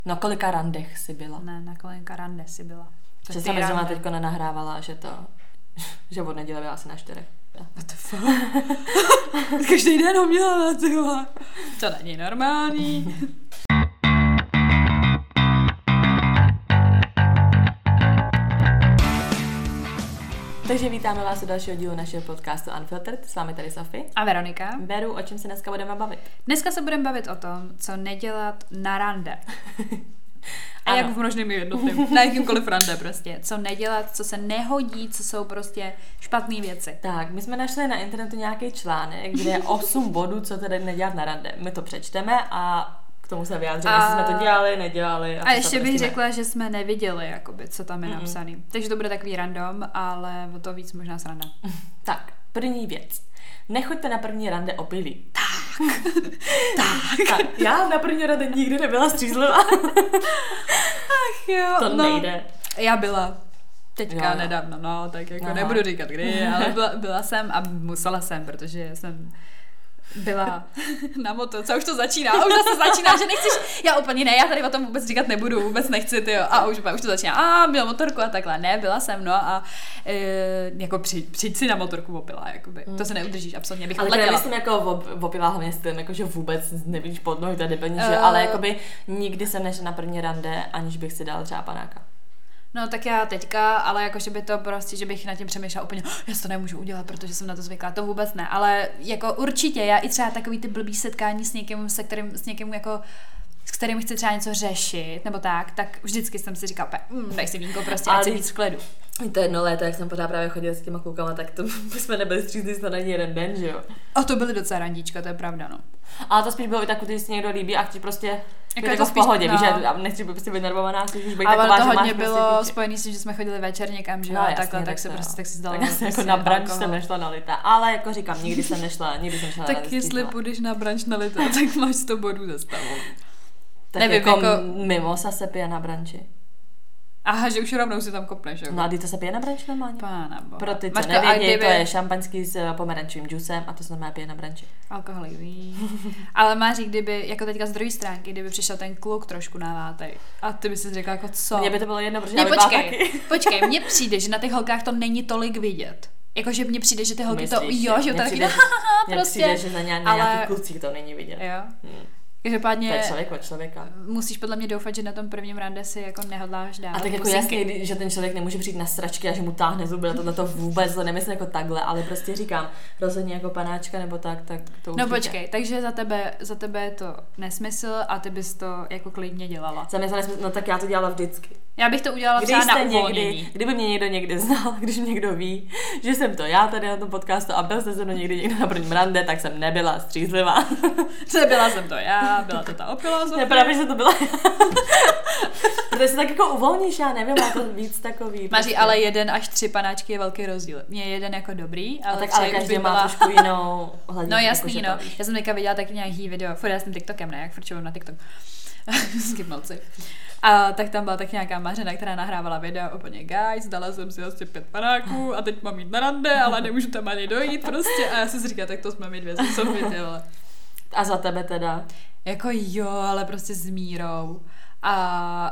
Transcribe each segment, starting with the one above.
Na kolika randech jsi byla? Ne, na kolika rande jsi byla. Že jsem zrovna teďko nenahrávala, že od neděle byla asi na 4. What the fuck? Každý den ho měla, tyhle. To není normální. Takže vítáme vás u dalšího dílu našeho podcastu Unfiltered. S vámi tady Sofie. A Veronika. Beru, o čem se dneska budeme bavit? Dneska se budeme bavit o tom, co nedělat na rande. A Ano. jak v množným jednotným. Na jakýmkoliv rande prostě. Co nedělat, co se nehodí, co jsou prostě špatné věci. Tak, my jsme našli na internetu nějaký článek, kde je 8 bodů, co tedy nedělat na rande. My to přečteme a k tomu se vyjádříme, jestli jsme to dělali, nedělali. A ještě bych řekla, že jsme neviděli, jakoby, co tam je napsaný. Takže to bude takový random, ale o to víc možná sranda. Tak, první věc. Nechoďte na první rande opilí. Tak. Já na první rande nikdy nebyla střízlivá. Ach jo, To nejde. Já byla. Teďka Jo. nedávno, no, tak jako Aha. nebudu říkat kdy, ale byla jsem a musela jsem, protože jsem byla na motorce, už to začíná, že nechceš, já úplně ne, já tady o tom vůbec říkat nebudu, vůbec nechci, tyjo, a už to začíná, měl motorku a takhle, ne, byla jsem, no a jako přijď si na motorku opila, jakoby, to se neudržíš, absolutně bych ale letěla. myslím jako opilá hlavně s tím, jako, že vůbec nevíš pod nohy, tady peníže, ale jakoby nikdy jsem nešla na první rande, aniž bych si dala třeba panáka. No tak já teďka, ale jakože by to prostě, že bych nad tím přemýšlela úplně, já to nemůžu udělat, protože jsem na to zvyklá, to vůbec ne, ale jako určitě, já i třeba takový ty blbý setkání s někým, s kterým chci třeba něco řešit, nebo tak vždycky jsem si říkala, daj si vínko prostě, ať si víc v klidu. To jedno léto, jak jsem pořád právě chodila s těma klukama, tak to jsme nebyli střízlí snad ani jeden den, že jo? A to byly docela randíčka, to je pravda, no. Ale to spíš bylo i tak, když si někdo líbí a chci prostě být je jako to v spíš, pohodě, no. víš, že nechci prostě být nervovaná, chci už být Ale taková, to že hodně máš bylo prostě spojený s tím, že jsme chodili večer někam, že jo, no, a jasně, takhle, tak se to, prostě, tak si zdala. Tak já jsem jako na brunch jsem nešla na lita, ale jako říkám, nikdy jsem nešla tak jestli půjdeš na brunch na lita, tak máš 100 bodů za stavu. Tak nevím, jako mimo se pije na branči. Aha, že už rovnou si tam kopneš, jo. No a kdy to se pije na branči normálně? Pána boha. Pro ty, co nevědí, to je šampaňský s pomerančovým džusem a to se normálně pije na branči. Alkoholový. Ale Máří, kdyby, jako teďka z druhé stránky, kdyby přišel ten kluk trošku nalátej a ty by si řekla jako co? Mně by to bylo jedno, protože ne, já bych taky. počkej, mně přijde, že na těch holkách to není tolik vidět. Jakože mně přijde, že ty holky Myslíš, to, jo, že to taky prostě. Mně přijde, že na nějakých klucích to není vidět. Jo. Každopádně to je člověk od člověka. Musíš podle mě doufat, že na tom prvním rande si jako nehodláš dát. A tak jako jasně, že ten člověk nemůže přijít na sračky a že mu táhne zuby, to vůbec to nemyslím jako takhle, ale prostě říkám, rozhodně jako panáčka nebo tak to no určitě. počkej, takže za tebe je to nesmysl a ty bys to jako klidně dělala. No tak já to dělala vždycky. Já bych to udělala třeba na uvolnění. Kdyby mě někdo někdy znal, když někdo ví, že jsem to já tady na tom podcastu a byl jste se mnou někdy na prvním rande, tak jsem nebyla střízlivá. Nebyla jsem to já, byla to ta opilá Sofie. Nepravě, že to byla já. Protože se tak jako uvolníš, já nevím, má to víc takový. Máří, ale 1 až 3 panáčky je velký rozdíl. Mně je 1 jako dobrý, ale tak ale každý má trošku jinou hladinu. No jasný, jako, no. Já jsem teďka viděla taky nějaký video, furt já s tím TikTokem, ne, jak frčuju na TikTok. Skipnulci. A tak tam byla tak nějaká Mařena, která nahrávala video úplně guys, dala jsem si asi 5 panáků a teď mám jít na rande, ale nemůžu tam ani dojít prostě a já si říkala, tak to jsme my dvě, Sofie, ty vole. A za tebe teda? Jako jo, ale prostě s mírou. A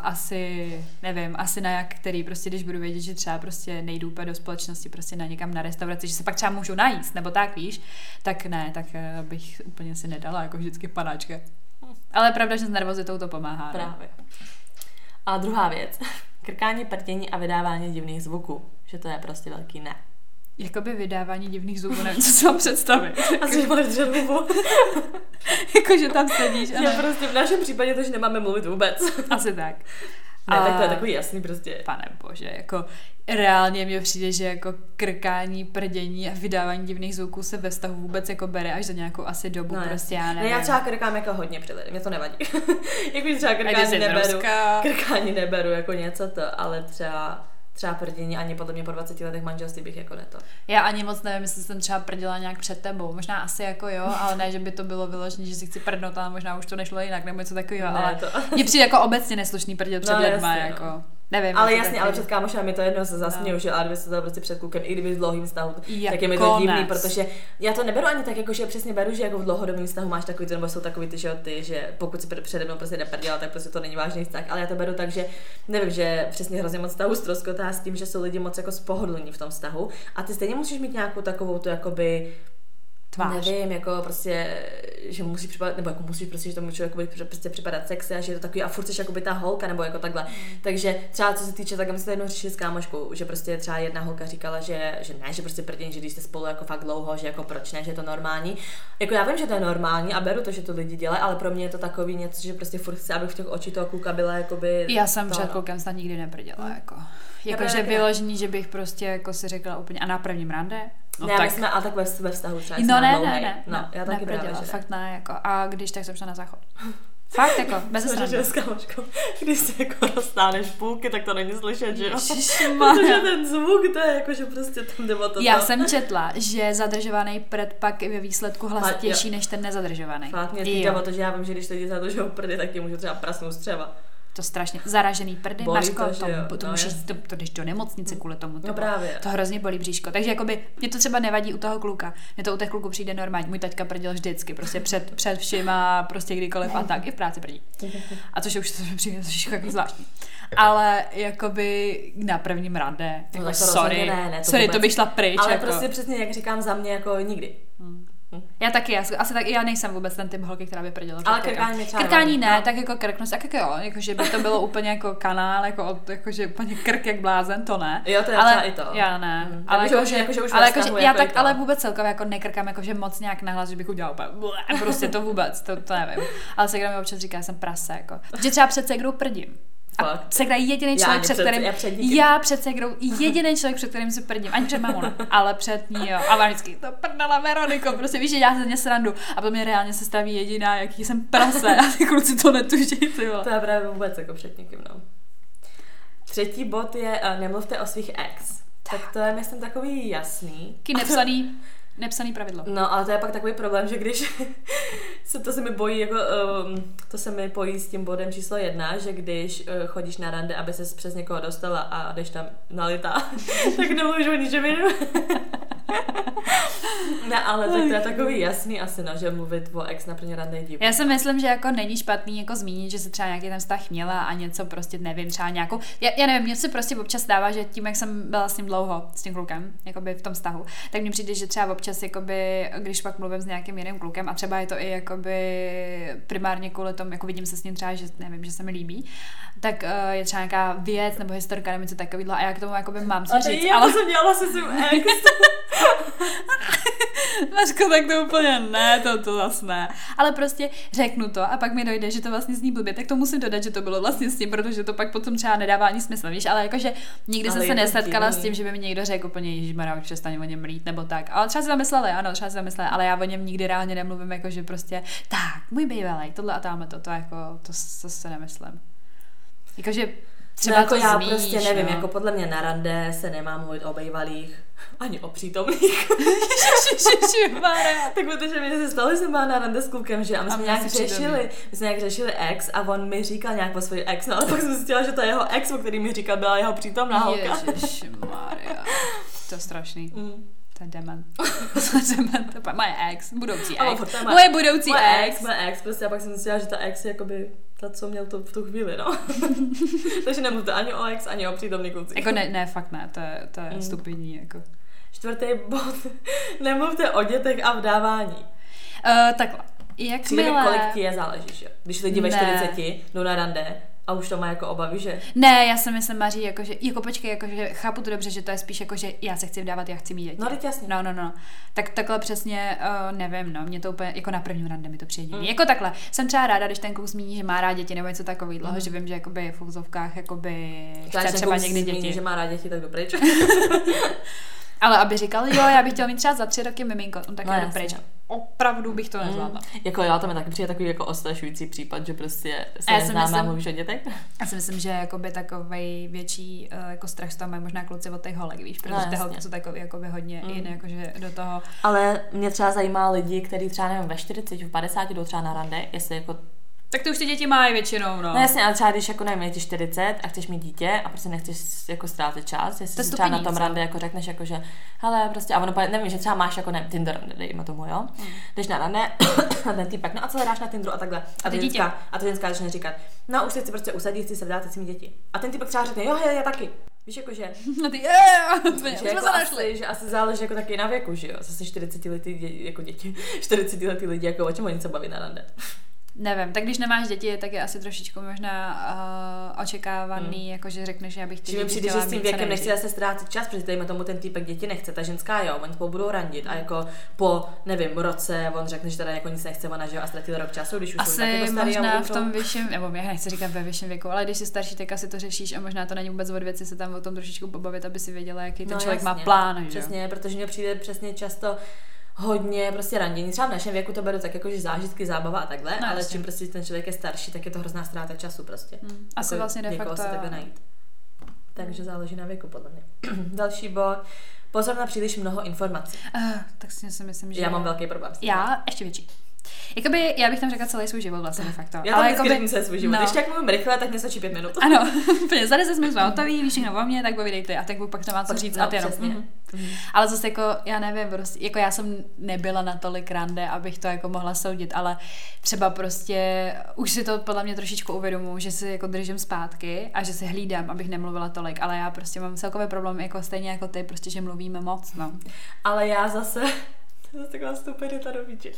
asi na jak který prostě, když budu vědět, že třeba prostě nejdu úplně do společnosti, prostě na někam na restauraci, že se pak třeba můžu najíst, nebo tak, víš, tak ne, tak bych úplně si nedala, jako vždycky panáčka. Ale pravda, že s nervozitou to pomáhá. Právě. A druhá věc, krkání, prtění a vydávání divných zvuků, že to je prostě velký ne. Jakoby vydávání divných zvuků, nevím, co si mám představit. Asi máš dřevu. Jakože tam sedíš. Že prostě v našem případě to, že nemáme mluvit vůbec. Asi tak. Ne, tak to je takový jasný prostě. Pane bože, jako reálně mně přijde, že jako krkání, prdění a vydávání divných zvuků se ve vztahu vůbec jako bere až za nějakou asi dobu, no, prostě já nevím. No já třeba krkám jako hodně při lidem, mě to nevadí. Jakože třeba krkání neberu jako něco to, ale třeba prdění ani podle mě po 20 letech manželství bych jako neto. Já ani moc nevím, jestli jsem třeba prděla nějak před tebou. Možná asi jako jo, ale ne, že by to bylo vyložené, že si chci prdnout, ale možná už to nešlo jinak nebo něco takového. Ale mně přijde jako obecně neslušný prdět před lidma, jako. Nevím. Ale jasně, ale před kámošem mi to jedno se zasměju, že a kdyby se to prostě před klukem, i kdyby v dlouhým vztahu, tak je mi to divný, protože já to neberu ani tak, jako že přesně beru, že jako v dlouhodobém vztahu máš takový, nebo jsou takový ty, že pokud si přede mnou prostě neprděla, tak prostě to není vážný vztah, ale já to beru tak, že nevím, že přesně hrozně moc vztahu ztroskotá s tím, že jsou lidi moc jako spohodlní v tom vztahu a ty stejně musíš mít nějakou takovou tu jakoby tvář. Nevím, jako prostě, že musíš připadat, nebo jako musíš prostě, že tomu člověku prostě připadat sexy a že je to takový a furt jsi jakoby ta holka, nebo jako takhle. Takže třeba co se týče, tak my jsme jednou řešili s kámoškou, že prostě třeba jedna holka říkala, že ne, že prostě prdění, že když jste spolu jako fakt dlouho, že jako proč ne, že je to normální. Jako já vím, že to je normální a beru to, že to lidi dělají, ale pro mě je to takový něco, že prostě furt chci, aby v těch očích toho kluka byla jakoby. Já jsem před klukem snad nikdy neprděla, jako. Jakože vyložení, že bych prostě jako si řekla úplně a na prvním rande. No ne, tak. My jsme ale tak ve vztahu třeba. No ne. Já taky neprděla, fakt ne, jako. A když tak jsem šla na záchod. Fakt jako, bez srandy. S kámoškou, když se jako rozstáneš půlky, tak to není slyšet, že jo? Protože ten zvuk, to je jako, že prostě tam jde o to. Já jsem četla, že zadržovaný prd pak je ve výsledku hlasitější než ten nezadržovaný. Fakt mě týká o to, že já vím, že když lidi zadržují prdy, tak ti můžu třeba prasnout střeva. To strašně zaražený prdy, Mařko, to musíš, to jdeš do nemocnice kvůli tomu. No právě. To hrozně bolí bříško. Takže jakoby, mě to třeba nevadí u toho kluka. Mě to u těch kluků přijde normální. Můj taťka prděl vždycky, prostě před všima, prostě kdykoliv a tak, i v práci prdí. A což už to přijde, což je takový zvláštní. Ale jakoby na prvním rande, jako no, sorry, to bych šla pryč. Ale jako. prostě přesně, jak říkám, za mě jako nikdy. Já taky, asi tak, já nejsem vůbec ten typ holky, která by prděla. Ale krkání třeba krkání ne, tak jako krknost, tak jako jo, jakože by to bylo úplně jako kanál, jakože úplně krk jak blázen, to ne. Jo, to je ale, třeba i to. Já ne. Ale já tak ale vůbec celkově jako nekrkám, jakože moc nějak nahlas, že bych udělala úplně, prostě to vůbec, to nevím. Ale segra mi občas říká, jsem prase, jako. Že třeba před segrou prdím. A segra je jediný člověk, před segrou jediný člověk, před kterým se prdím. Ani před mamou, ale před ní, jo. A mám vždycky to prdala Veroniko, prostě víš, že já se mě srandu. A potom mě reálně se staví jediná, jaký jsem prase. A ty kluci to netuží, ty vole. To je právě vůbec jako před někým, no. Třetí bod je nemluvte o svých ex. Tak to je, myslím, takový jasný. Nepsaný pravidlo. No, ale to je pak takový problém, že když to se mi bojí, jako, to se mi pojí s tím bodem číslo 1, že když chodíš na rande, aby ses přes někoho dostala a jdeš tam nalitá, tak nemluvíš o ničem jiném. Ne, ale tak to je takový jasný asi, no, že mluvit o ex na první rande je divný. Já si myslím, že jako není špatný jako zmínit, že se třeba nějaký ten vztah měla a něco prostě, nevím, třeba nějakou, já nevím, mě se prostě občas stává, že tím, jak jsem byla s ním dlouho, s tím klukem, jakoby v tom vztahu, tak mně přijde, že třeba občas, jakoby, když pak mluvím s nějakým jiným klukem a třeba je to i jakoby primárně kvůli tomu, jako vidím se s ním třeba, že nevím, že se mi líbí, tak je třeba nějaká věc nebo historka nebo něco takovýhle a já k tomu jakoby mám co říct. Já to jsem dělala se svým ex. Mařko, tak to úplně ne, to zase ne. Ale prostě řeknu to a pak mi dojde, že to vlastně zní blbě, tak to musím dodat, že to bylo vlastně s tím, protože to pak potom třeba nedává ani smysl, víš, ale jakože nikdy jsem se nesetkala s tím, že by mi někdo řekl úplně ježišmarja, už přestaň o něm mlít nebo tak. Ale třeba si zamysleli, ale já o něm nikdy reálně nemluvím, jakože prostě tak, můj bývalej, tohle a tamhle to jako, to se nemyslím. Jakože třeba no, jako to já zmíníš, prostě nevím, no. Jako podle mě na rande se nemá mluvit o bývalých, ani o přítomných. Tak protože mi se stalo, že jsem byla na rande s klukem, že a my jsme nějak řešili ex a on mi říkal nějak po svůj ex, no ale pak jsem zjistila, že to jeho ex, o který mi říkal, byla jeho přítomná holka. Ježišmarja, to je strašný. To je dement. Moje ex, budoucí ex. Moje budoucí ex. Moje ex, prostě a pak jsem zjistila, že ta ex je jakoby ta, co měl to v tu chvíli, no. Takže nemluvte ani o ex, ani o přítomný kluci. Jako ne, fakt ne, to je stupidní, jako. Čtvrtý bod, nemluvte o dětech a vdávání. Takhle. Kolik ti je záleží, že? Když lidi ve 40 jdou na rande a už to má jako obavy, že? Ne, já si myslím, Maří, jakože, jako počkej, jakože chápu to dobře, že to je spíš jako, že já se chci vdávat, já chci mít děti. No, teď jasně. No. Tak takhle přesně, nevím, no, mě to úplně, jako na prvním rande mi to přijde. Jako takhle, jsem třeba ráda, když ten kluk zmíní, že má rád děti nebo něco takového, že vím, že jakoby v úzovkách, jakoby chce třeba někdy děti. Zmíní, že má rád děti, tak jdu pryč. Ale aby říkal, jo, já bych chtěl mít třeba za 3 roky miminko, tak jdu pryč. Opravdu bych to nezvládla. Jako jo, to mi taky přijde takový jako ostrašující případ, že prostě se neznáme a mluvíš o dětech. Já si myslím, že jakoby takovej větší jako strach z toho mají možná kluci od těch holek, víš, protože ty holky jsou takový jakoby hodně jiné, jakože do toho. Ale mě třeba zajímá lidi, kteří třeba nevím ve 40, v 50 jdou třeba na rande, jestli jako Tak ty už ty děti mají většinou, no. No jasně, ale třeba když jako nevím, je ti 40 a chceš mít dítě a prostě nechceš jako ztrátit čas, jestli si třeba na tom rande jako řekneš jako, že hele, prostě, a ono nevím, že třeba máš jako Tinder rande, dejme tomu, jo. Jdeš na rande a ten týpek, no a co hledáš na Tinderu a takhle. A ty ženská začne říkat, no už se chci prostě usadit, chci se vdát, chci mít děti. A ten týpek třeba řekne, jo, já taky. Víš, jakože... No ty, jsme jako se našli. Že asi záleží jako taky na věku, že jo. Zase 40 letý jako děti, 40 letý lidi, jako o čem oni se baví na rande. Nevím, tak když nemáš děti, tak je asi trošičku možná očekávaný, jakože řekneš, že já bych ty děti přijde, že s tím věkem nechci zase ztrácet čas, protože tady tomu ten týpek děti nechce, ta ženská jo, oni spolu budou randit a jako po, nevím, roce, on řekne, že teda jako nic nechce, ona, že jo, a ztratil rok času, když už asi jsou taky jako starý možná a v tom vyšším, nebo já nechci říkat ve vyšším věku, ale když jsi starší, tak asi to řešíš a možná to není vůbec od věci se tam o tom trošičku pobavit, aby si věděla, jaký ten člověk má plán, že? Přesně, protože mně přijde přesně často hodně prostě randění. Třeba v našem věku to beru tak jako, že zážitky, zábava a takhle, ale čím prostě ten člověk je starší, tak je to hrozná ztráta času prostě. Asi jako vlastně de facto si takhle najít. Takže záleží na věku podle mě. Další bod. Pozor na příliš mnoho informací. Tak si myslím, že... Já mám velký problém. Já ještě větší. Jakoby, já bych tam řekla celý svůj život vlastně de facto. Já tam vždycky řeknu celý svůj život. Když tak mluvím rychle, tak mě stačí 5 minut. Ano, úplně za 10 minut jsme hotoví, víš všechno o mě, tak povídejte a tak pak nemá co říct a ty jenom. Ale zase jako, já nevím, prostě, jako já jsem nebyla natolik rande, abych to jako mohla soudit, ale třeba prostě už si to podle mě trošičku uvědomuji, že si jako držím zpátky a že si hlídám, abych nemluvila tolik, ale já prostě mám celkový problém, jako stejně jako ty, prostě, že mluvíme moc, no. Ale já zase taková stupenita do píči.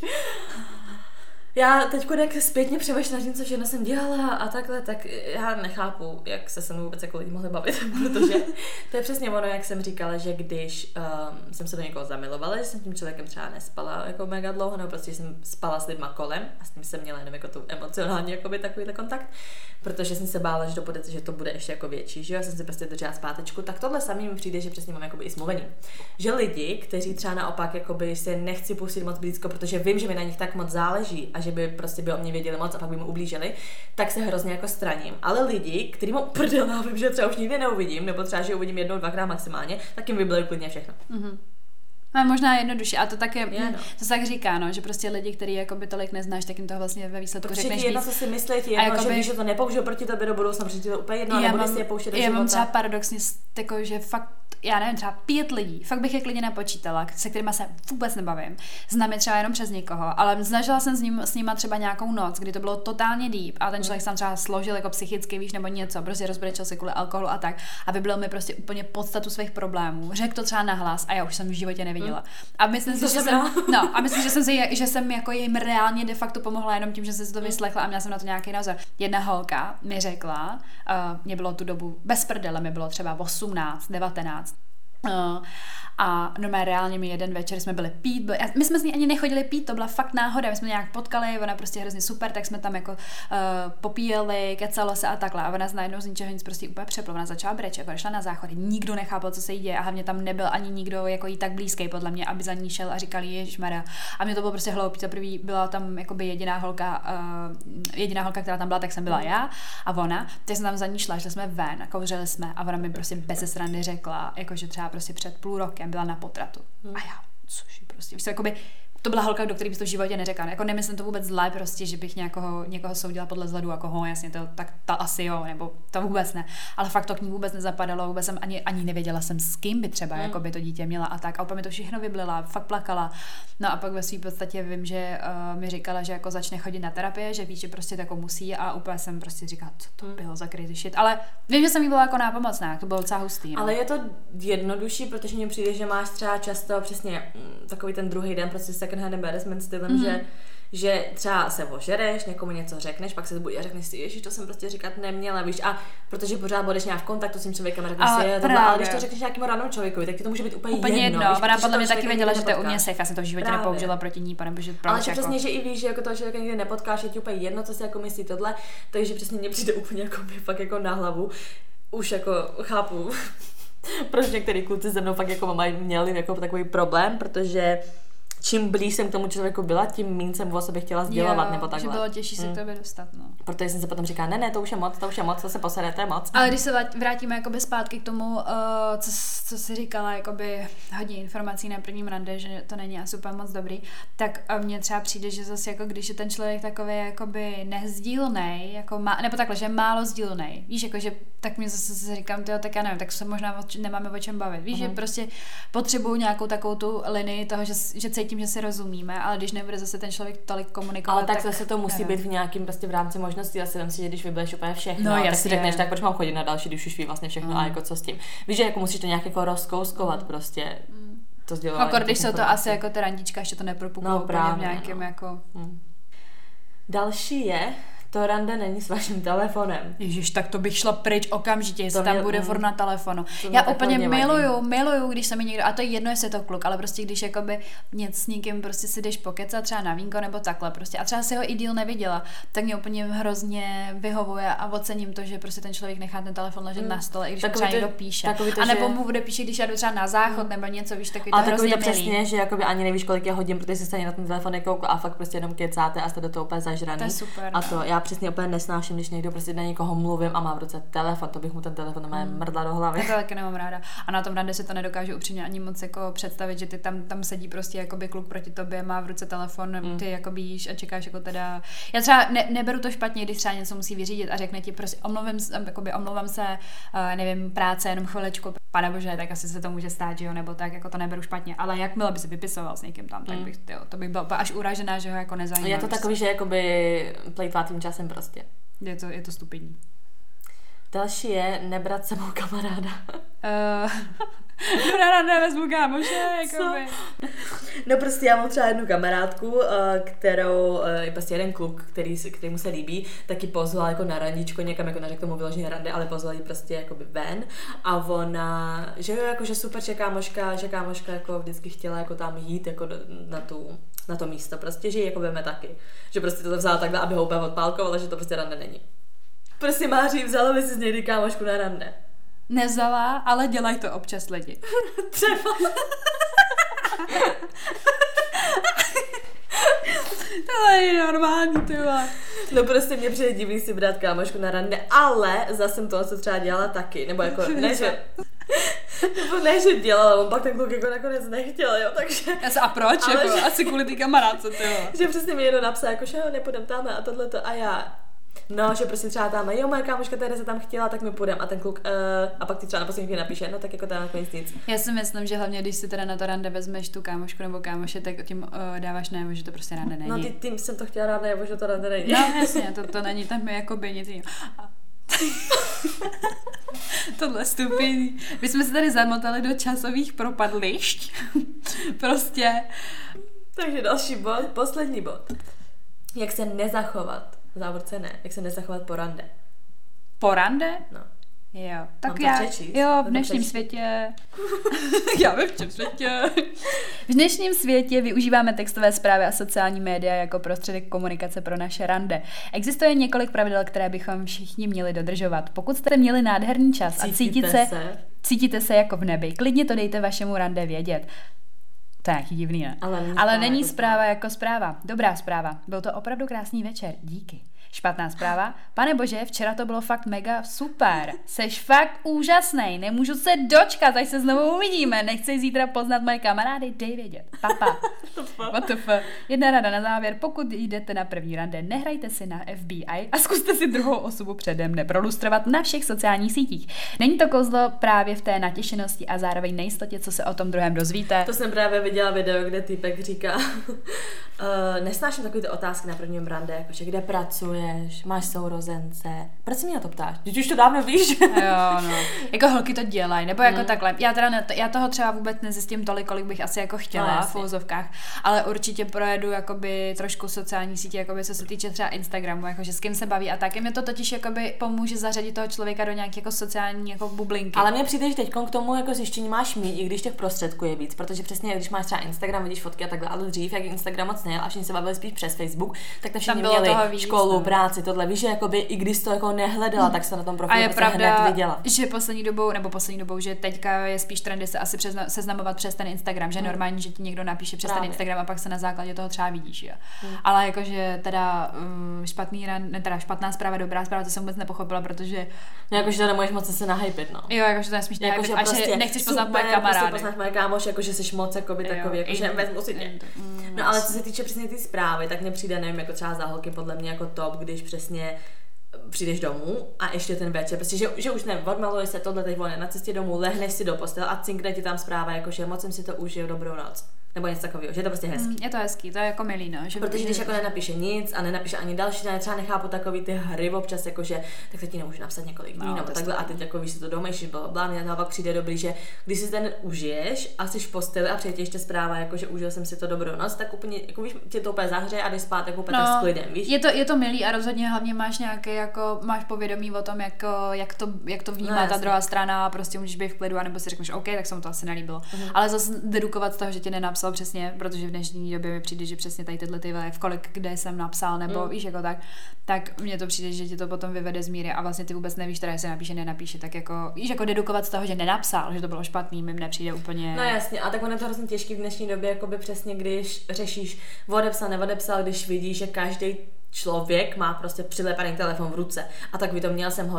Já teď jak zpětně přemýšlím nad tím, co všechno jsem dělala a takhle, tak já nechápu, jak se mnou vůbec jako lidi mohli bavit, protože to je přesně ono, jak jsem říkala, že když jsem se do někoho zamilovala, že jsem tím člověkem třeba nespala jako mega dlouho, nebo prostě jsem spala s lidma kolem a s tím jsem měla jenom jako tu emocionální jakoby takovýhle kontakt, protože jsem se bála, že to bude ještě jako větší, že já jsem si prostě držela zpátečku, tak tohle samý mi přijde, že přesně mám jakoby i smluvený. Že lidi, kteří třeba naopak jakoby se nechci pustit moc blízko, protože vím, že mi na nich tak moc záleží a že by prostě by o mě věděli moc a pak by mu ublížili, tak se hrozně jako straním. Ale lidi, kterým mám prdel a vím, že třeba už nikdy neuvidím, nebo třeba, že uvidím 1, 2krát maximálně, tak jim vybyly klidně všechno. No, možná jednodušší, a to tak je, to se tak říká, no, že prostě lidi, který jakoby tolik neznáš, tak jim toho vlastně ve výsledku řekneš víc. Jedno, co si myslí, ti jedno, jakoby, že víš, že to nepoužiju proti tobě do budoucna, protože ti to úplně jedno, nebo si je pouštět do života. Já mám třeba paradoxně jako, že fakt, já nevím, třeba 5 lidí, fakt bych je klidně napočítala, se kterýma se vůbec nebavím. Znám je třeba jenom přes někoho, ale snažila jsem s nima třeba nějakou noc, kdy to bylo totálně deep a ten člověk tam třeba složil jako psychicky, víš, nebo něco, prostě rozbrečel se kvůli alkoholu a tak, a vyblil mi prostě úplně podstatu svých problémů. Řekl to třeba nahlas a já už jsem v životě neviděla. A myslím si, že jsem jako jim reálně de facto pomohla jenom tím, že jsem si to vyslechla a měla jsem na to nějaký názor. Jedna holka mi řekla, mě bylo tu dobu bez prdele, mi bylo třeba 18, 19. A normálně reálně mi jeden večer jsme byli pít, my jsme s ní ani nechodili pít, to byla fakt náhoda, my jsme nějak potkali, ona prostě hrozně super, tak jsme tam jako popíjeli, kecalo se a takhle, a ona z najednou z ničeho nic prostě úplně přepla, ona začala brečet, šla na záchody, nikdo nechápal, co se jí děje a hlavně tam nebyl ani nikdo jako jí tak blízký podle mě, aby za ní šel a říkali ježišmarja, a mě to bylo prostě hloupý, první byla tam jakoby jediná holka, která tam byla, tak jsem byla já a ona, teď jsem tam za ní šla, šli jsme ven a kouřili jsme a ona mi prostě bez srandy řekla, jakože třeba prostě před půl rokem byla na potratu. A já, což prostě, víš, jakoby, to byla holka, do které bych to v životě neřekla. Jako nemyslím to vůbec zle, prostě, že bych někoho soudila podle vzhledu, jako jasně, tak ta asi jo, nebo to vůbec ne. Ale fakt to k ní vůbec nezapadalo, vůbec jsem ani nevěděla jsem, s kým by třeba jako by to dítě měla a tak. A úplně mi to všechno vyblila, fakt plakala. No a pak ve své podstatě vím, že mi říkala, že jako začne chodit na terapie, že ví, že prostě to jako musí a úplně jsem prostě říkala, co to bylo za crazy shit. Ale vím, že jsem jí byla jako nápomocná, to bylo docela hustý. No. Ale je to jednodušší, protože mně přijde, že máš třeba často přesně takový ten druhý den prostě second hand embarrassment stylem, že třeba se ožereš, někomu něco řekneš, pak se zbudí a řekneš si, ježiš, to jsem prostě říkat neměla, víš, a protože pořád budeš nějak v kontaktu s tím člověkem a řekneš si, ale když to řekneš nějakému random člověkovi, tak ti to může být úplně jedno. Víš, ona podle mě taky věděla, že to je u mě safe, já jsem to v životě nepoužila proti ní, protože ale jako... přesně, že i víš, že jako toho člověka nikdy nepotkáš, je ti úplně jedno, co si jako myslí tohle, takže přesně mě přijde úplně jako fakt jako na hlavu. Už jako chápu, proč některý kluci se mnou fakt jako měli jako takový problém, protože čím blíž jsem k tomu člověku byla, tím méně jsem o sobě chtěla sdělovat, nebo takhle. Že bylo těžší se k tobě dostat, no. Protože jsem se potom říkala, ne, to už je moc, to se posede, to je moc. Ale když se vrátíme jakoby zpátky k tomu, co jsi říkala, jakoby hodně informací na prvním rande, že to není asi úplně moc dobrý, tak mně třeba přijde, že zase jako když je ten člověk takový jakoby nezdílnej, jako nebo takhle, že málo sdílnej. Víš, jako že tak mě zase říkám, tak já nevím, tak se možná nemáme o čem bavit. Víš, že prostě potřebuju nějakou takovou tu linii toho, že cítím, že si rozumíme, ale když nebude zase ten člověk tolik komunikovat. Ale tak zase to musí být v nějakým prostě v rámci možností. Já si myslím, že když vybudeš úplně všechno, tak si řekneš, tak proč mám chodit na další, když už ví vlastně všechno a jako co s tím. Víš, že jako musíš to nějak jako rozkouskovat prostě. To sdělování. Když jsou to asi jako ta randička, ještě to nepropuklo úplně v nějakém jako. Další je, to rande není s vaším telefonem. Ježiš, tak to bych šla pryč okamžitě, jestli tam bude furt na telefonu. Já úplně miluju, když se mi někdo, a to je jedno, jestli je to kluk, ale prostě když jakoby s někým prostě si jdeš pokecat třeba na vínko nebo takhle prostě a třeba si ho i díl neviděla, tak mě úplně hrozně vyhovuje a ocením to, že prostě ten člověk nechá ten telefon ležet na stole, i když třeba někdo píše. A nebo mu bude píše, když já jdu třeba na záchod nebo něco, víš, takový to hrozně milý. Přesně, že jakoby ani nevíš, kolik je hodin, protože jsi na ten telefon nekoukl a fakt prostě jenom kecáte a jste do toho úplně zažraný. To je super. A to já přesně úplně nesnáším, když někdo prostě na někoho mluvím a má v ruce telefon, to bych mu ten telefon má mrdla do hlavy. Já to taky nemám ráda. A na tom rande si to nedokážu upřímně ani moc jako představit, že ty tam sedí prostě jakoby kluk proti tobě, má v ruce telefon, ty jakoby jíš a čekáš jako teda. Já třeba neberu to špatně, když třeba něco musí vyřídit a řekne ti prostě omlouvám se, nevím, práce, jenom chviličku. Pane bože, tak asi se to může stát, že jo, nebo tak, jako to neberu špatně, ale jakmile by si vypisoval s někým tam, tak bych, to bych byla až uražená, že ho jako nezajímá. Je to takový, že jakoby plejtvá tím časem prostě. Je to stupidní. Další je nebrat sebou kamaráda. Ráda nevezmu kámoše, jakoby. No prostě já mám třeba jednu kamarádku, kterou je prostě jeden kluk, kterýmu se líbí, taky pozval jako na randičko někam, jako neřekl tomu vyloženě rande, ale pozval ji prostě jakoby ven a ona, že jo, jako že super, že kámoška jako vždycky chtěla jako tam jít jako na to místo, prostě, že ji jako veme taky. Že prostě to vzala takhle, aby ho úplně odpálkovala, že to prostě rande není. Prostě Máří, vzala by si z někdy kámošku na rande. Nevzala, ale dělají to občas lidi. Třeba. To je normální, ty vole. No prostě mě přijde divný si brát kámošku na rande, ale zase jsem to třeba dělala taky, nebo jako ne, že dělala, on pak ten kluk jako nakonec nechtěl, jo, takže. A proč, ale jako, asi kvůli ty kamarádce, ty jo. Že přesně mi někdo napsal, jako, že jo, nepůjdem tam a tohleto a já. No, že prostě třeba tam, jo, moje kámoška Tereza tam chtěla, tak my půjdeme a ten kluk, a pak ti třeba na poslední napíše, no tak jako tam nakonec nic. Já si myslím, že hlavně, když si teda na to rande vezmeš tu kámošku nebo kámoše, tak tím dáváš najevo, že to prostě rande není. No, tím jsem to chtěla rád najevo, že to rande není. No, jasně, to není tam jakoby nic jiného. Tohle stupidní. My jsme se tady zamotali do časových propadlišť. Prostě. Takže další bod, poslední bod. Jak se nezachovat. V závorce ne. Jak se nezachovat po rande. Po rande? No. Jo. Tak v dnešním světě. Já vím, v čem světě. V dnešním světě využíváme textové zprávy a sociální média jako prostředek komunikace pro naše rande. Existuje několik pravidel, které bychom všichni měli dodržovat. Pokud jste měli nádherný čas a cítíte se jako v nebi, klidně to dejte vašemu rande vědět. To je nějaký divný, ne? Ale není zpráva jako zpráva. Dobrá zpráva. Byl to opravdu krásný večer. Díky. Špatná zpráva. Pane bože, včera to bylo fakt mega super. Seš fakt úžasnej. Nemůžu se dočkat, až se znovu uvidíme. Nechci zítra poznat moje kamarády. Dej vědět. Papa. What the fuck. Jedna rada na závěr. Pokud jdete na první rande, nehrajte si na FBI a zkuste si druhou osobu předem neprolustrovat na všech sociálních sítích. Není to kouzlo právě v té natěšenosti a zároveň nejistotě, co se o tom druhém dozvíte. To jsem právě viděla video, kde týpek říká nesnáším takový otázky na prvním rande, jakože kde pracuješ, máš sourozence. Proč se mě na to ptáš? Teď už to dávno víš. Jo, no. Jako holky to dělají, nebo jako takhle. Já toho třeba vůbec nezjistím tolik, kolik bych asi jako chtěla v uvozovkách, ale určitě projedu jakoby trošku sociální sítě, jakoby co se týče třeba Instagramu, jakože s kým se baví a tak. Mě to totiž jakoby pomůže zařadit toho člověka do nějaké jako sociální jako bublinky. Ale mně přijde, že teď k tomu jako zjištění máš mít, i když těch prostředků je víc, protože přesně když máš třeba Instagram, vidíš fotky a takhle, ale dřív, jak Instagram moc nejel, a všichni se bavili spíš přes Facebook, tak to všichni měli školu, práci, tohle, víš, že jakoby, i když to jako nehledala, tak se na tom profilu prostě hned viděla. Že poslední dobou, že teďka je spíš trendy se asi seznamovat přes ten Instagram, že normálně, že ti někdo napíše přes ten Instagram a pak se na základě toho třeba vidíš, jo. Ale jakože teda špatná zpráva, dobrá zpráva, to jsem vůbec nepochopila, protože... No, jakože to nemůžeš moc se nahypit, no. Jo, jakože to nesmíš nahypit a že nechceš poznat moje kamarády. Prostě poznat moje kámoš, jakože jsi moc jakoby takový, jakože vezmu si tě. No ale co se týče přesně ty zprávy, tak mně přijde, nevím, jako třeba za holky podle mě jako top, když přesně přijdeš domů a ještě ten večer, prostě, že už nevím, odmaluješ se tohle teď volně na cestě domů, lehneš si do postele a cinkne ti tam zpráva, jakože moc jsem si to užil, dobrou noc. Nebo něco takového, že je to prostě hezký. Je to hezký, to je jako milý, no. Že protože když jako nenapíše nic a nenapíše ani další, já třeba nechápu takový ty hry občas, jakože tak teď ti nemůžu napsat několik dní, nebo takhle a teď jako víš si to domejš, blablabla, mě naopak přijde dobrý, že když si ten užiješ a jsi v posteli a přijde ještě zpráva, jakože užil jsem si to dobrou noc, tak úplně, jako víš, tě to úplně zahřeje a jdeš spát jako úplně tak s klidem, víš. Je to milý a rozhodně hlavně máš nějaké jako, máš povědomí o tom, jak to vnímá ta druhá strana a prostě můžeš být v klidu, anebo si řekneš, OK, tak se mu to asi nelíbilo. Ale zase dedukovat z toho, že ti nenapsal přesně, protože v dnešní době mi přijde, že přesně tady tyhle ty v kolik kde jsem napsal, nebo víš jako tak mně to přijde, že ti to potom vyvede z míry a vlastně ty vůbec nevíš, teda jestli napíše, nenapíše, tak jako víš, jako dedukovat z toho, že nenapsal, že to bylo špatný, mi nepřijde úplně. No jasně, a tak ono je to hrozně těžký v dnešní době, jakoby přesně, když řešíš odepsal, neodepsal, když vidíš, že každý člověk má prostě přilepený telefon v ruce a tak to měl jsem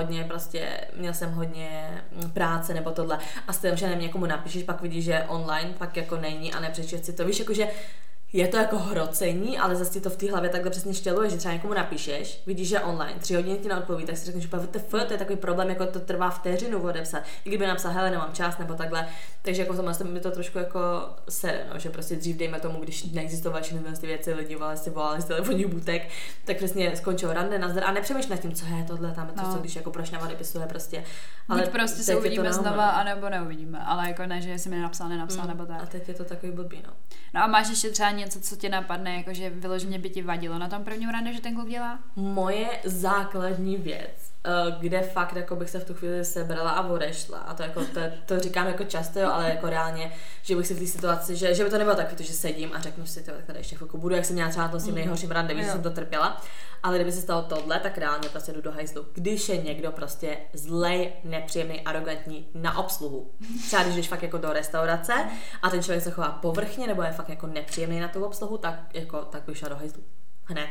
hodně práce nebo tohle a s tím, že někomu napíšeš, pak vidíš, že online pak jako není a nepřečíš si to, víš, jakože je to jako hrocení, ale zase ti to v té hlavě takhle přesně štěluje, že třeba někomu napíšeš, vidíš, že online, 3 hodiny ti neodpoví, tak si řekneš, že to je takový problém, jako to trvá vteřinu odepsat, i kdyby napsal, hele, nemám čas, nebo takhle, takže jako v tomhle mi to trošku jako sere, no, že prostě dřív, dejme tomu, když neexistovaly všechny ty věci, lidi volali z telefonních budek, tak přesně skončilo rande, nazdar a nepřemýšlíš nad tím, co je tohle, tam to, co když jako proč neodepisuje prostě. Ale buď prostě se uvidíme znova, anebo neuvidíme, ale jako ne, že jsi mi nenapsal, nebo tak. A teď je to takový blbý, no. No a máš ještě třeba něco, co tě napadne, jakože vyloženě by ti vadilo na tom prvním rande, že ten kluk dělá? Moje základní věc, kde fakt jako bych se v tu chvíli sebrala a odešla. A to, jako, to říkám jako často, jo, ale jako reálně, že bych si v té situaci, že by to nebylo takový, že sedím a řeknu si, tak tady ještě chvilku budu, jak jsem měla třeba na tom nejhorším rande, víš, že jsem to trpěla. Ale kdyby se stalo tohle, tak reálně prostě jdu do hajzlu. Když je někdo prostě zlej, nepříjemný, arrogantní na obsluhu. Třeba když jdeš fakt jako do restaurace a ten člověk se chová povrchně nebo je fakt jako nepříjemný na tu obsluhu, tak bych šla do hajzlu. Hned.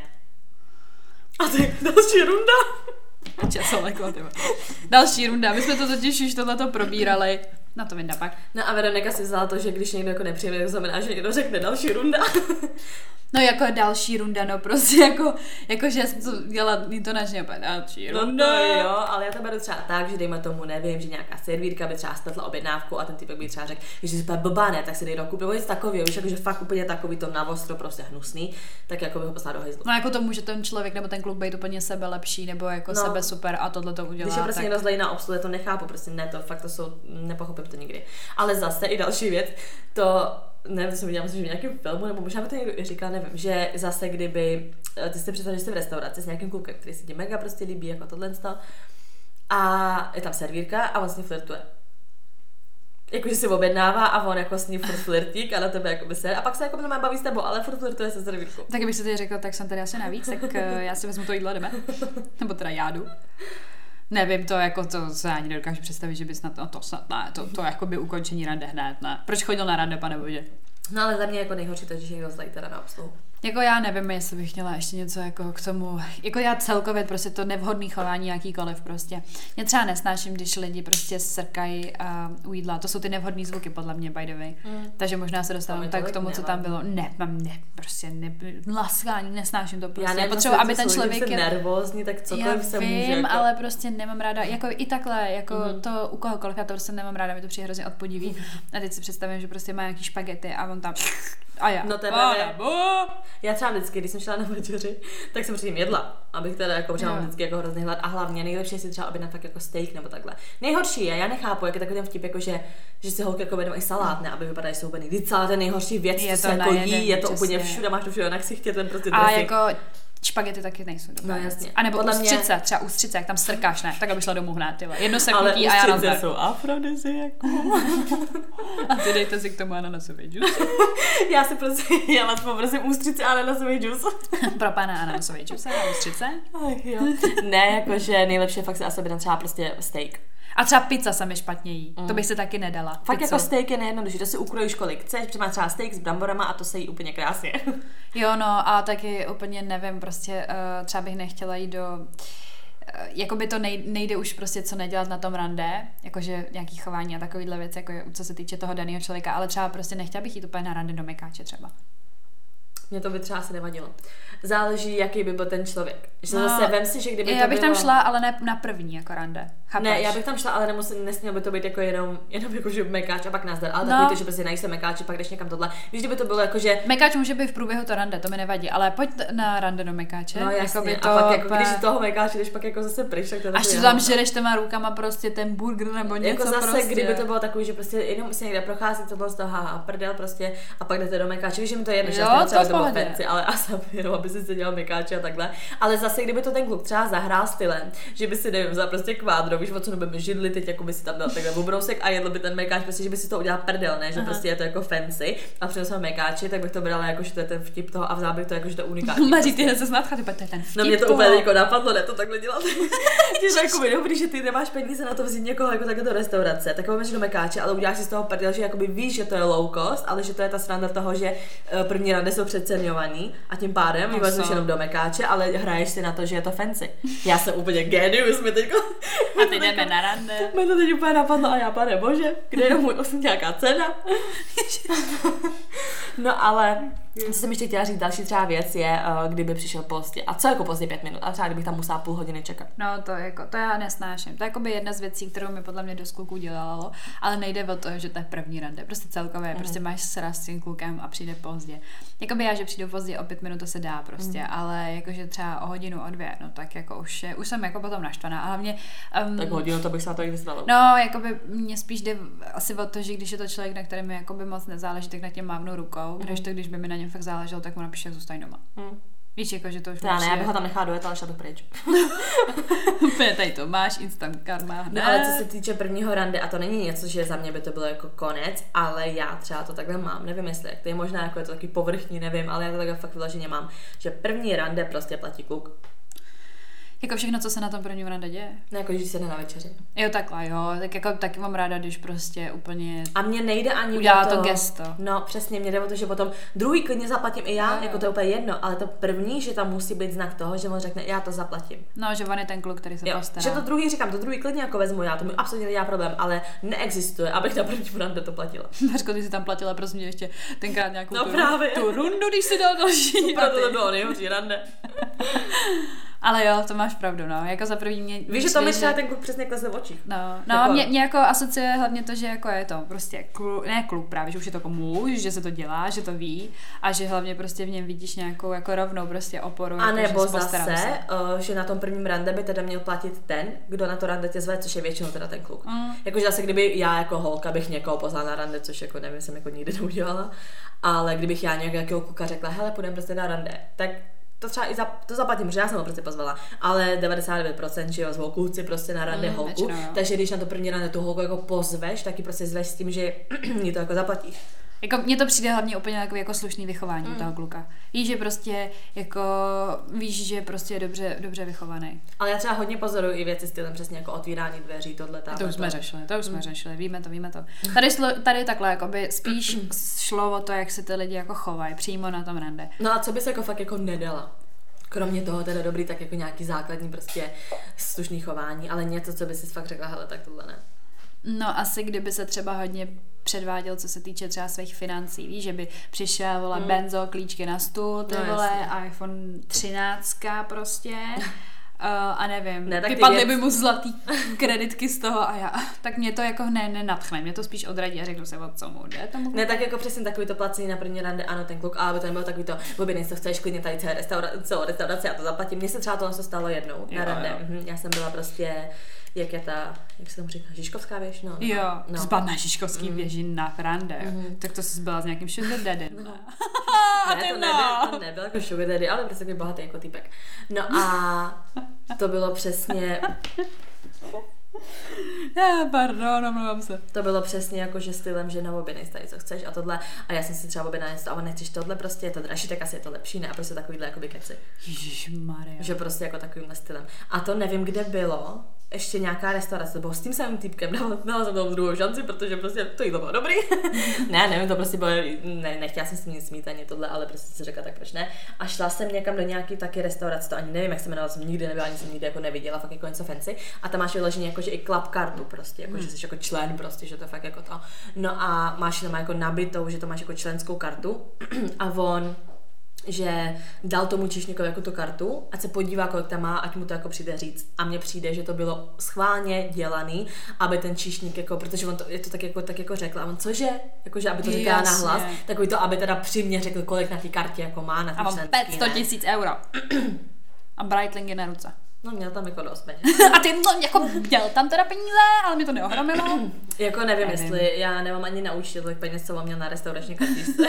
A to je další runda. Další runda, my jsme to totiž už tohleto probírali. Na to Vinda pak. No a Veronika si vzala to, že když někdo jako nepříjemný, to znamená, že někdo řekne další runda. No jako další runda, no prostě jako že já jsem to dělala intonačně opět další runda. No to jo, ale já to beru třeba tak, že dejme tomu, nevím, že nějaká servírka by třeba spletla objednávku a ten typek by třeba řekl, že si blbá, ne, tak si dej do kup, nebo něco takového, víš, jakože fakt úplně takový to navostro prostě hnusný, tak jako by ho poslal do hajzlu. No jako to může ten člověk nebo ten kluk být úplně sebe lepší, nebo jako sebe super a tohle to udělá. Když je prostě někdo zlej na obsluhu, to nechápu, prostě ne, to fakt to jsou, nepochopím to nikdy. Ale zase i další věc, to nevím, to jsem viděla, myslím, že v nějakém filmu, nebo možná by to někdo říkal, nevím, že zase kdyby, ty jste představili, že jste v restauraci s nějakým klukem, který se ti mega prostě líbí, jako tohle a je tam servírka a on s ní flirtuje. Jakože si objednává a on jako s ní furt flirtík a na tebe jako by se, a pak se jako nemá baví s tebou, ale furt flirtuje se servírkou. Tak bych si teď řekla, tak jsem tady asi navíc, tak já si vezmu to jídlo, jdeme. Nebo teda já jdu. Nevím, to jako to se ani nedokážu představit, že bys na to snad ne, to jako by ukončení rande hned, ne. Proč chodil na rande, pane bože? No ale za mě jako nejhorší to, že někdo zlej teda na obsluhu. Jako já nevím, jestli bych měla ještě něco jako k tomu, jako já celkově prostě to nevhodný chování jakýkoliv prostě. Mě třeba nesnáším, když lidi prostě srkají u jídla, to jsou ty nevhodný zvuky podle mě, by the way. Takže možná se dostávám tak k tomu, co tam bylo. Prostě laskání, nesnáším to prostě. Já potřebuji, aby ten člověk je nervózní, tak cokoliv se může. Jako... ale prostě nemám ráda, jako i takhle, jako to u kohokoliv, já to prostě nemám ráda, mi to přijde hrozně odpodiví. A teď si představím, že prostě má nějaký špagety a on tam a já. No já třeba vždycky, když jsem šla na večeři, tak jsem předtím jedla, abych teda jako třeba vždycky jako hrozný hlad a hlavně nejlepší je si třeba objednat fakt jako steak nebo takhle. Nejhorší je, já nechápu, jak je takový ten vtip, jako že si holky jako objednou i salát, ne, aby vypadají soubený. Vždyť salát je nejhorší věc, co se jako jí, je to úplně všude, máš to všude na ksichtě, ten prostě dressing. A jako Špagety taky nejsou dobré. No jasně. A nebo ústřice, třeba ústřice, jak tam strkáš, ne? Tak aby šla domů hned, tyhle. Jedno seknutí a já nazdar. Ale jsou afrodiziakum. A ty dejte si k tomu ananasový džus. Já vás poprosím ústřice a ananasový džus. Pro pana ananasový džus a ústřice. Ach jo. Ne, jakože nejlepší fakt se asi objednat třeba prostě steak. A třeba pizza se mi špatně jí. To bych si taky nedala. Fakt pizzu. Jako steak je nejjednodušší, to si ukrojíš kolik chceš, protože máš třeba steak s bramborama a to se jí úplně krásně. Jo, no a taky úplně nevím, prostě třeba bych nechtěla jít do... Jakoby to nejde už prostě co nedělat na tom rande, jakože nějaký chování a takovýhle věci, jako co se týče toho daného člověka, ale třeba prostě nechtěla bych jít úplně na rande do mekáče třeba. Mně to by třeba asi nevadilo. Záleží, jaký by byl ten člověk. Že zase vem si, že kdyby já bych tam šla, ale ne na první jako rande. Chápeš? Ne, já bych tam šla, ale nesměl by to být jako jenom jako že mekáč a pak nazdar. Ale takový to, že prostě najíš se mekáči, pak jdeš někam tohle. Víš, kdyby to bylo jako, že... Mekáč může být v průběhu to rande, to mi nevadí, ale pojď na rande do mekáče. No jasně, to, a pak jako, když z toho mekáče jdeš pak jako zase pryč, tak to až tam žereš těma rukama prostě ten burger nebo něco jako zase, prostě. Kdyby to bylo takový, že prostě jenom si někde prochází tohle z toho a prdel prostě a pak jdete do mekáče. Víš, že mi to je jedno, že třeba to bylo fancy, ale asi jenom aby si seděl mekáče a takhle. Ale zase, kdyby to ten kluk třeba zahrál stylem, že by si nevím, vzal prostě kvádro, víš, o co nebudeme židli, teď jako by si tam dal takhle obrousek a jedl by ten mekáč, prostě, že by si to udělal prdel, ne, že prostě je to jako fancy a přinesl mekáči, tak bych to brala jako, že to je ten vtip toho a vzal bych to jako, že to unikátní. Maří, ty se snad cháte, to je ten vtip. No mě to úplně jako napadlo, ne to takhle dělat. Je jako dobrý, že ty nemáš peníze na to vzít někoho jako takhle do restaurace, tak vezmeš do mekáče, ale uděláš si z toho prdel, že jakoby víš, že to je low cost, ale že to je ta sranda toho, že první rande jsou přeceňovaný a tím pádem vezmeš jenom do mekáče, ale hraješ si na to, že je to fancy. Já jsem úplně genius, mi teďko. A ty jdeme na rande. Mě to teď úplně napadlo a já, pane bože, kde je můj nějaká cena? No ale, co jsem ještě chtěla říct, další třeba věc je, kdyby přišel pozdě. A co jako pozdě 5 minut? A třeba kdybych tam musela půl hodiny čekat. No to já nesnáším. To je jakoby jedna z věcí, kterou mi podle mě dost kluků dělalo, ale nejde o to, že to je první rande. Prostě celkově, prostě máš sraz s tím klukem a přijde pozdě. Jakoby já, že přijdu pozdě o 5 minut, to se dá prostě, ale jakože třeba o hodinu, o 2, no tak jako už jsem jako potom naštvaná. A hlavně... tak hodinu to bych se na to i vystrala. No, jakoby mě spíš jde asi o to, že když je to člověk, na kterém mi jakoby moc nezáleží, tak na těm mávnu rukou, když by mi na něm fakt záleželo, tak mu napíšu, jak zůstaň doma. Víš, jako, že to už já ne, já bych ho tam nechala dojet, ale šla bych pryč. Úplně tady to máš, instant karma. No ale co se týče prvního rande, a to není něco, že za mě by to bylo jako konec, ale já třeba to takhle mám, nevím jestli, jak to je možná jako je to taky povrchní, nevím, ale já to takhle fakt vyloženě mám, že první rande prostě platí kluk. Jako všechno, co se na tom prvním rande děje. No, jako když se jde na večeři. Jo, takhle, jo. Tak jako taky mám ráda, když prostě úplně... A mně nejde ani udělá to gesto. No, přesně, mě jde o to, že potom druhý klidně zaplatím i já, jako to je úplně jedno, ale to první, že tam musí být znak toho, že on řekne, já to zaplatím. No, že on je ten kluk, který se postará. Že to druhý říkám, to druhý klidně jako vezmu já, to mi absolutně nedělá problém, ale neexistuje, abych na první rande to platila. Vařko, ty jsi tam platila prostě mě ještě tenkrát nějakou tu rundu, když si dal další. Proto to bylo nejhorší rande. Ale jo, to máš pravdu, no. Jako za první mě... Víš, že to mi třeba ten kluk přesně klesne v očích. No, jako... mě jako asociuje hlavně to, že jako je to prostě kluk právě, že už je to jako muž, že se to dělá, že to ví a že hlavně prostě v něm vidíš nějakou jako rovnou prostě oporu. A jako, nebo zase, že na tom prvním rande by teda měl platit ten, kdo na to rande tě zve, což je většinou teda ten kluk. Jakože zase, kdyby já jako holka bych někoho pozvala na rande, což jako nevím, jsem jako nikdy neudělala, ale kdybych já nějakého kluka řekla, hele, půjdeme prostě na rande, tak to třeba i to zaplatím, protože já jsem ho prostě pozvala, ale 99%, že jo, zvou kluci prostě na rande holku, takže když na to první rande tu holku jako pozveš, tak ji prostě zveš s tím, že ji to jako zaplatíš. Jako mně to přijde hlavně úplně jako slušný vychování toho kluka. Víš, že prostě jako víš, že prostě je dobře vychovaný. Ale já třeba hodně pozoruju i věci stylem přesně jako otvírání dveří, tohle. To už jsme řešili, víme to. Tady takhle jakoby spíš šlo o to, jak se ty lidi jako chovají přímo na tom rande. No a co bys jako fakt jako nedala? Kromě toho teda dobrý, tak jako nějaký základní prostě slušný chování, ale něco, co by si fakt řekla, hele, tak tohle ne. No asi kdyby se třeba hodně předváděl, co se týče třeba svých financí, víš, že by přišel, vole, benzo, klíčky na stůl, ty vole, iPhone 13 prostě a nevím, vypadly by mu zlatý kreditky z toho a já, tak mě to jako nenadchne, mě to spíš odradí a řeknu se, o co mu jde. Ne, tak jako přesně takový to placení na první rande, ano, ten kluk, ale by to nebylo takový to, objednej se, chceš klidně tady celou restauraci, já to zaplatím. Mně se třeba tohle stalo jednou na rande. Já jsem byla prostě jak se tomu říká, Žižkovská věž? No. Zbad na Žižkovský věži na rande. Tak to jsi byla s nějakým sugar daddym. a ty to nebyl jako sugar daddy, ale prostě takový bohatý jako týpek. No a to bylo přesně... Pardon, omlouvám se. To bylo přesně jako, že stylem, že na obě nejste, co chceš a tohle. A já jsem si třeba objednala něco, ale nechceš tohle, prostě je to dražší, tak asi je to lepší, ne? A prostě takovýhle jakoby keci. Ježišmarja. Že prostě jako takovýmhle stylem. A to nevím, kde bylo, ještě nějaká restaurace, nebo s tím samým týpkem dala jsem tomu druhou šanci, protože prostě to jídlo bylo dobrý. Nevím, to prostě bylo, nechtěla jsem s tím nic mít ani tohle, ale prostě si řekla, tak proč ne. A šla jsem někam do nějaký taky restaurace, to ani nevím, jak se jmenovala, jsem nikdy nebyla, ani jsem nikdy jako neviděla, fakt jako něco fancy. A tam máš vyloženě jako, že i club kartu prostě, jako, že jsi jako člen prostě, že to fakt jako to. No a máš tam jako nabitou, že to máš jako členskou kartu a on že dal tomu číšníkovi jako tu kartu, ať se podívá, kolik tam má, ať mu to jako přijde říct. A mně přijde, že to bylo schválně dělaný, aby ten číšník jako, protože on to, je to tak jako řekl, a on cože? Jakože aby to říká na hlas, takový to, aby teda přimě řekl, kolik na té kartě jako má na ty členský. A 500 000 euro. A Breitlingy na ruce. No měl tam jako dost peněz. A ty jako měl tam teda peníze, ale mě to neohromilo. Jako nevím, jestli já nemám ani na účtě tolik peněz, co mám měl na restaurační kartičce.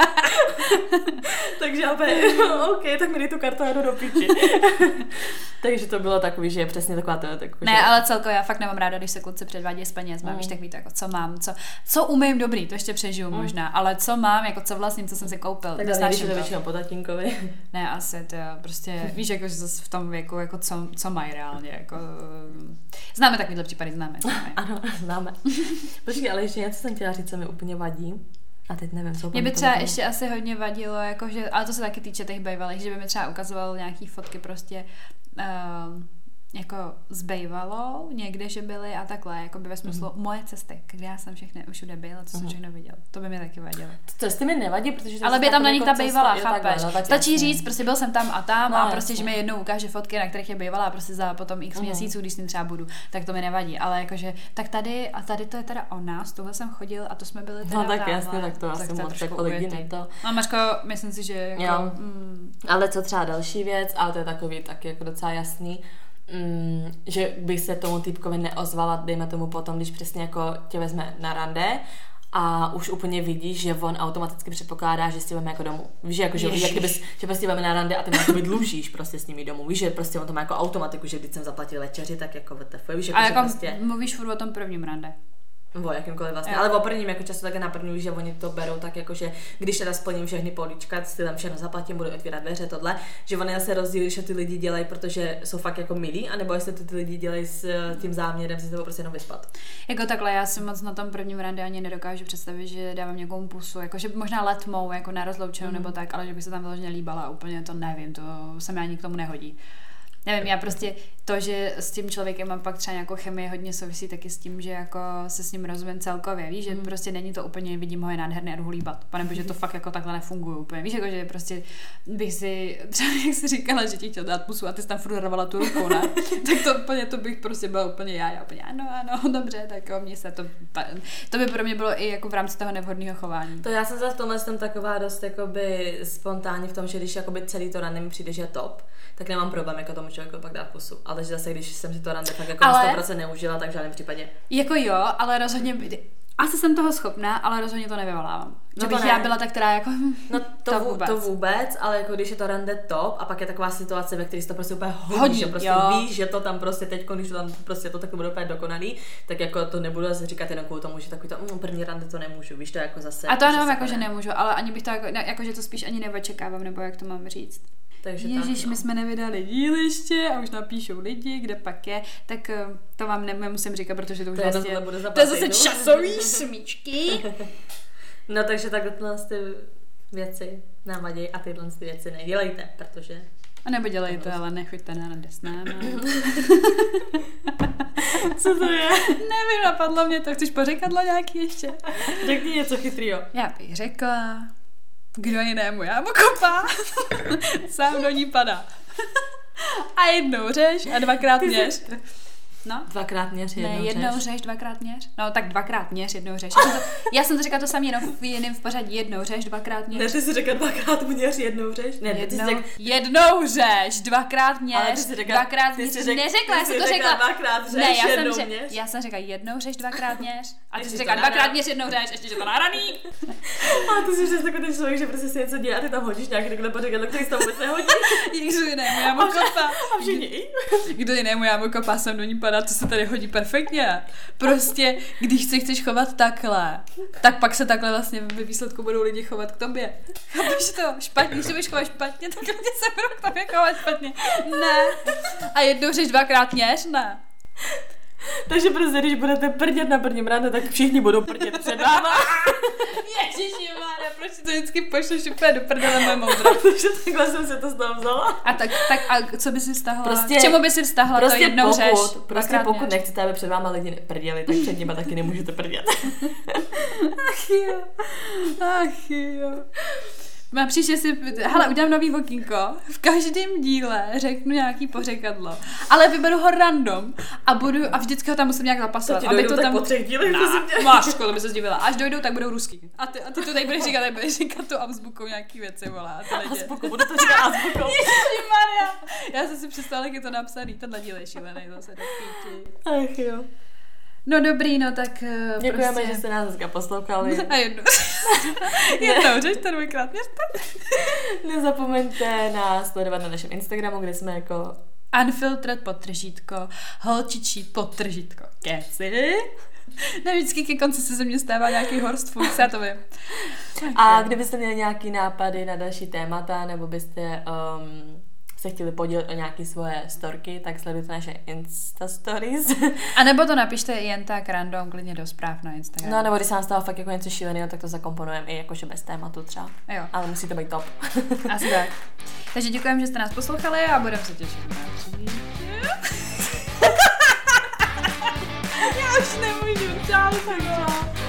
Takže OK, tak mi dej tu kartu a jdu do piči. Takže to bylo takový, že je přesně taková to. Ne, ale celkově já fakt nemám ráda, když se kluci předvádí s penězma, víš, tak víte, jako co mám, co umím dobrý, to ještě přežiju možná, ale co mám, jako co vlastním, co jsem si koupil. Tak když je to většinou po tatínkovi. Ne, asi to prostě, víš, jako že v tom věku, jako co mají reálně, jako známe takovýhle případy, známe. Ano, známe. Počkej, ale ještě něco jsem chtěla říct, co mi úplně vadí. A teď nevím, co. Mě by třeba ještě asi hodně vadilo, jakože, ale to se taky týče těch bejvalých, že by mi třeba ukazoval nějaký fotky prostě jako s bejvalou někde, že byly a takhle, jako by ve smyslu moje cesty, kde já jsem všechny všude byla, co jsem všechno viděl. To by mi taky vadilo. To mi nevadí, protože ale by tam na nich ta bejvala, chápeš? Stačí říct, prostě byl jsem tam a tam no, a prostě, jasně. Že mi jednou ukáže fotky, na kterých je bejvala a prostě za potom x měsíců, když s ním třeba budu, tak to mi nevadí, ale jakože tak tady a tady to je teda o nás, tohle jsem chodil a to jsme byli teda. No tak jasně, tak to asi moc jako lidi neto. No Mařko, myslím si, že jako, ale co třeba další věc, ale to je takový taky jako docela jasný. Že bych se tomu týpkovi neozvala, dejme tomu potom, když přesně jako tě vezme na rande a už úplně vidíš, že on automaticky předpokládá, že si tě veme jako domů. Víš, jako, že jak kdyby že prostě veme na rande a ty mu jakoby dlužíš prostě s nimi domů. Víš, že prostě on to má jako automatiku, že když jsem zaplatil večeři, tak jako VTF. Víš, jako, a jako prostě mluvíš furt o tom prvním rande. O jakýmkoliv vlastně, ale o prvním jako často také na první, že oni to berou tak jako, že když teda splním všechny políčka, stylem všechno zaplatím, budu otvírat dveře, tohle, že oni zase rozdílí, že ty lidi dělají, protože jsou fakt jako milí, anebo jestli ty lidi dělají s tím záměrem si to prostě jenom vyspat. Jako takhle, já si moc na tom prvním rande ani nedokážu představit, že dávám někomu pusu, jakože možná letmou, jako na rozloučenou nebo tak, ale že bych se tam vyloženě líbala, úplně to nevím, to se mi ani k tomu nehodí. Nevím, já prostě to, že s tím člověkem mám pak třeba nějakou chemii, hodně souvisí taky s tím, že jako se s ním rozumím celkově, víš, že prostě není to úplně, vidím ho je nádherný a jdu líbat, panebo že to fakt jako takhle nefunguje úplně, víš, jako že prostě bych si, třeba jak jsi říkala, že ti chtěl dát pusu a ty jsi tam furt dávala tu ruku, ne? Tak to úplně, to bych prostě byla úplně já úplně ano, dobře, tak jo, mně se to by pro mě bylo i jako v rámci toho nevhodného chování. To já jsem za v tomhle jsem taková dost jakoby spontánní v tom, že když jakoby celý to rande mi přijde, že je top, tak nemám problém jako tomu člověku pak dát pusu. Ale že zase, když jsem si to rande tak jako 100% neužila, tak v žádném případě. Jako jo, ale rozhodně asi jsem toho schopná, ale rozhodně to nevyvolávám. Že bych já byla ta, která jako no to vůbec, ale jako když je to rande top a pak je taková situace, ve které se to prostě úplně hodí, že prostě víš, že to tam prostě teď, když to tam prostě to tak bude úplně dokonalý, tak jako to nebudu zase říkat jenom kvůli tomu, že takový to první rande to nemůžu, víš to jako zase. A to nevím, jako že nemůžu, ale ani bych to jako že to spíš ani neočekávám, nebo jak to mám říct. Takže Ježíš, tak, no. My jsme nevydali díliště a už napíšou lidi, kde pak je, tak to vám nemusím říkat, protože to už vlastně to je zase časový smíčky. No takže takhle ty věci nám vadí a tyhle ty věci nedělejte, protože... A nebo dělejte, ale nechoďte na rande s námi. Co to je? Nevím, napadlo mě to. Chceš pořekadlo nějaký ještě? Řekni něco chytrýho. Já bych řekla... Kdo jinému jámu kopá, sám do ní padá. A jednou řeš a dvakrát měř. No? Dvakrát měř, jednou řeš. Jednou řeš, dvakrát měř. No tak dvakrát měř, jednou řeš. Já jsem to říkala to samý, jenom v jiném v pořadí. Jednou řeš, dvakrát měř. Ne, ty jsi řekla dvakrát měř, jednou řeš. Ne, jednou řeš, dvakrát měř, dvakrát měř. Neřekla, já jsem to řekla. Dvakrát řeš, ne, já jsem řekla jednou řeš, dvakrát měř. A ty jsi řekla dvakrát měř, jednou řeš, ještě že to nahraný. A ty jsi přesně takový ten člověk, že prostě si něco dělá a ty tam hodíš nějaký takhle pořekadlo, který se tam vůbec nehodí. Kdo jinému já mu kopa. A všichni. Kdo jinému já mu kopa, sem do ní padá, to se tady hodí perfektně. Prostě, když se chceš chovat takhle, tak pak se takhle vlastně ve výsledku budou lidi chovat k tobě. Chápeš to? Špatně, když se budeš chovat špatně, tak lidi se budou k tobě chovat špatně. Ne. A jednou řeš, dvakrát měř, ne. Takže prostě, když budete prdět na prvním ráno, tak všichni budou prdět před váma. Ježišimára, proč to vždycky pošleš úplně do prdele moje moudro? Takže takhle jsem se to z toho vzala. A co by si vztahla? Prostě, k čemu by si vztahla prostě to jednou řeš? Prostě pokud nechcete, aby před váma lidi prděli, tak před nima taky nemůžete prdět. Ach jo. Mám příště si, hele, udělám nový okýnko, v každém díle řeknu nějaký pořekadlo, ale vyberu ho random a vždycky ho tam musím nějak zapasovat. To ti dojdou tak po 3 dílech, máš školu, by se zdivila. Až dojdou, tak budou ruský. A ty to tady budeš říkat tu azbukou nějaký věci, volá. Azbukou, budu to říkat azbukou. Ježišmarja. Já jsem si představila, jak je to napsaný, tenhle díl je šílený, zase do píči. Ach jo. No dobrý, no tak děkujeme, prostě... že jste nás dneska poslouchali. A jednou řeš, to dvakrát měřte. Nezapomeňte nás sledovat na našem Instagramu, kde jsme jako unfiltered _ holčičí _ keci. Ne, vždycky ke konci se ze mě stává nějaký horst fux, já to vím. A kdybyste měli nějaký nápady na další témata, nebo byste se chtěli podělit o nějaké svoje storky, tak sledujte naše Insta stories. A nebo to napište jen tak random, klidně do zpráv na Instagramu. No, nebo když se nám stalo fakt jako něco šíleného, tak to zakomponujeme i jakože bez tématu třeba. Jo. Ale musí to být top. Asi tak. Takže děkujeme, že jste nás poslouchali a budeme se těšit na příště. Já už nemůžu, čau.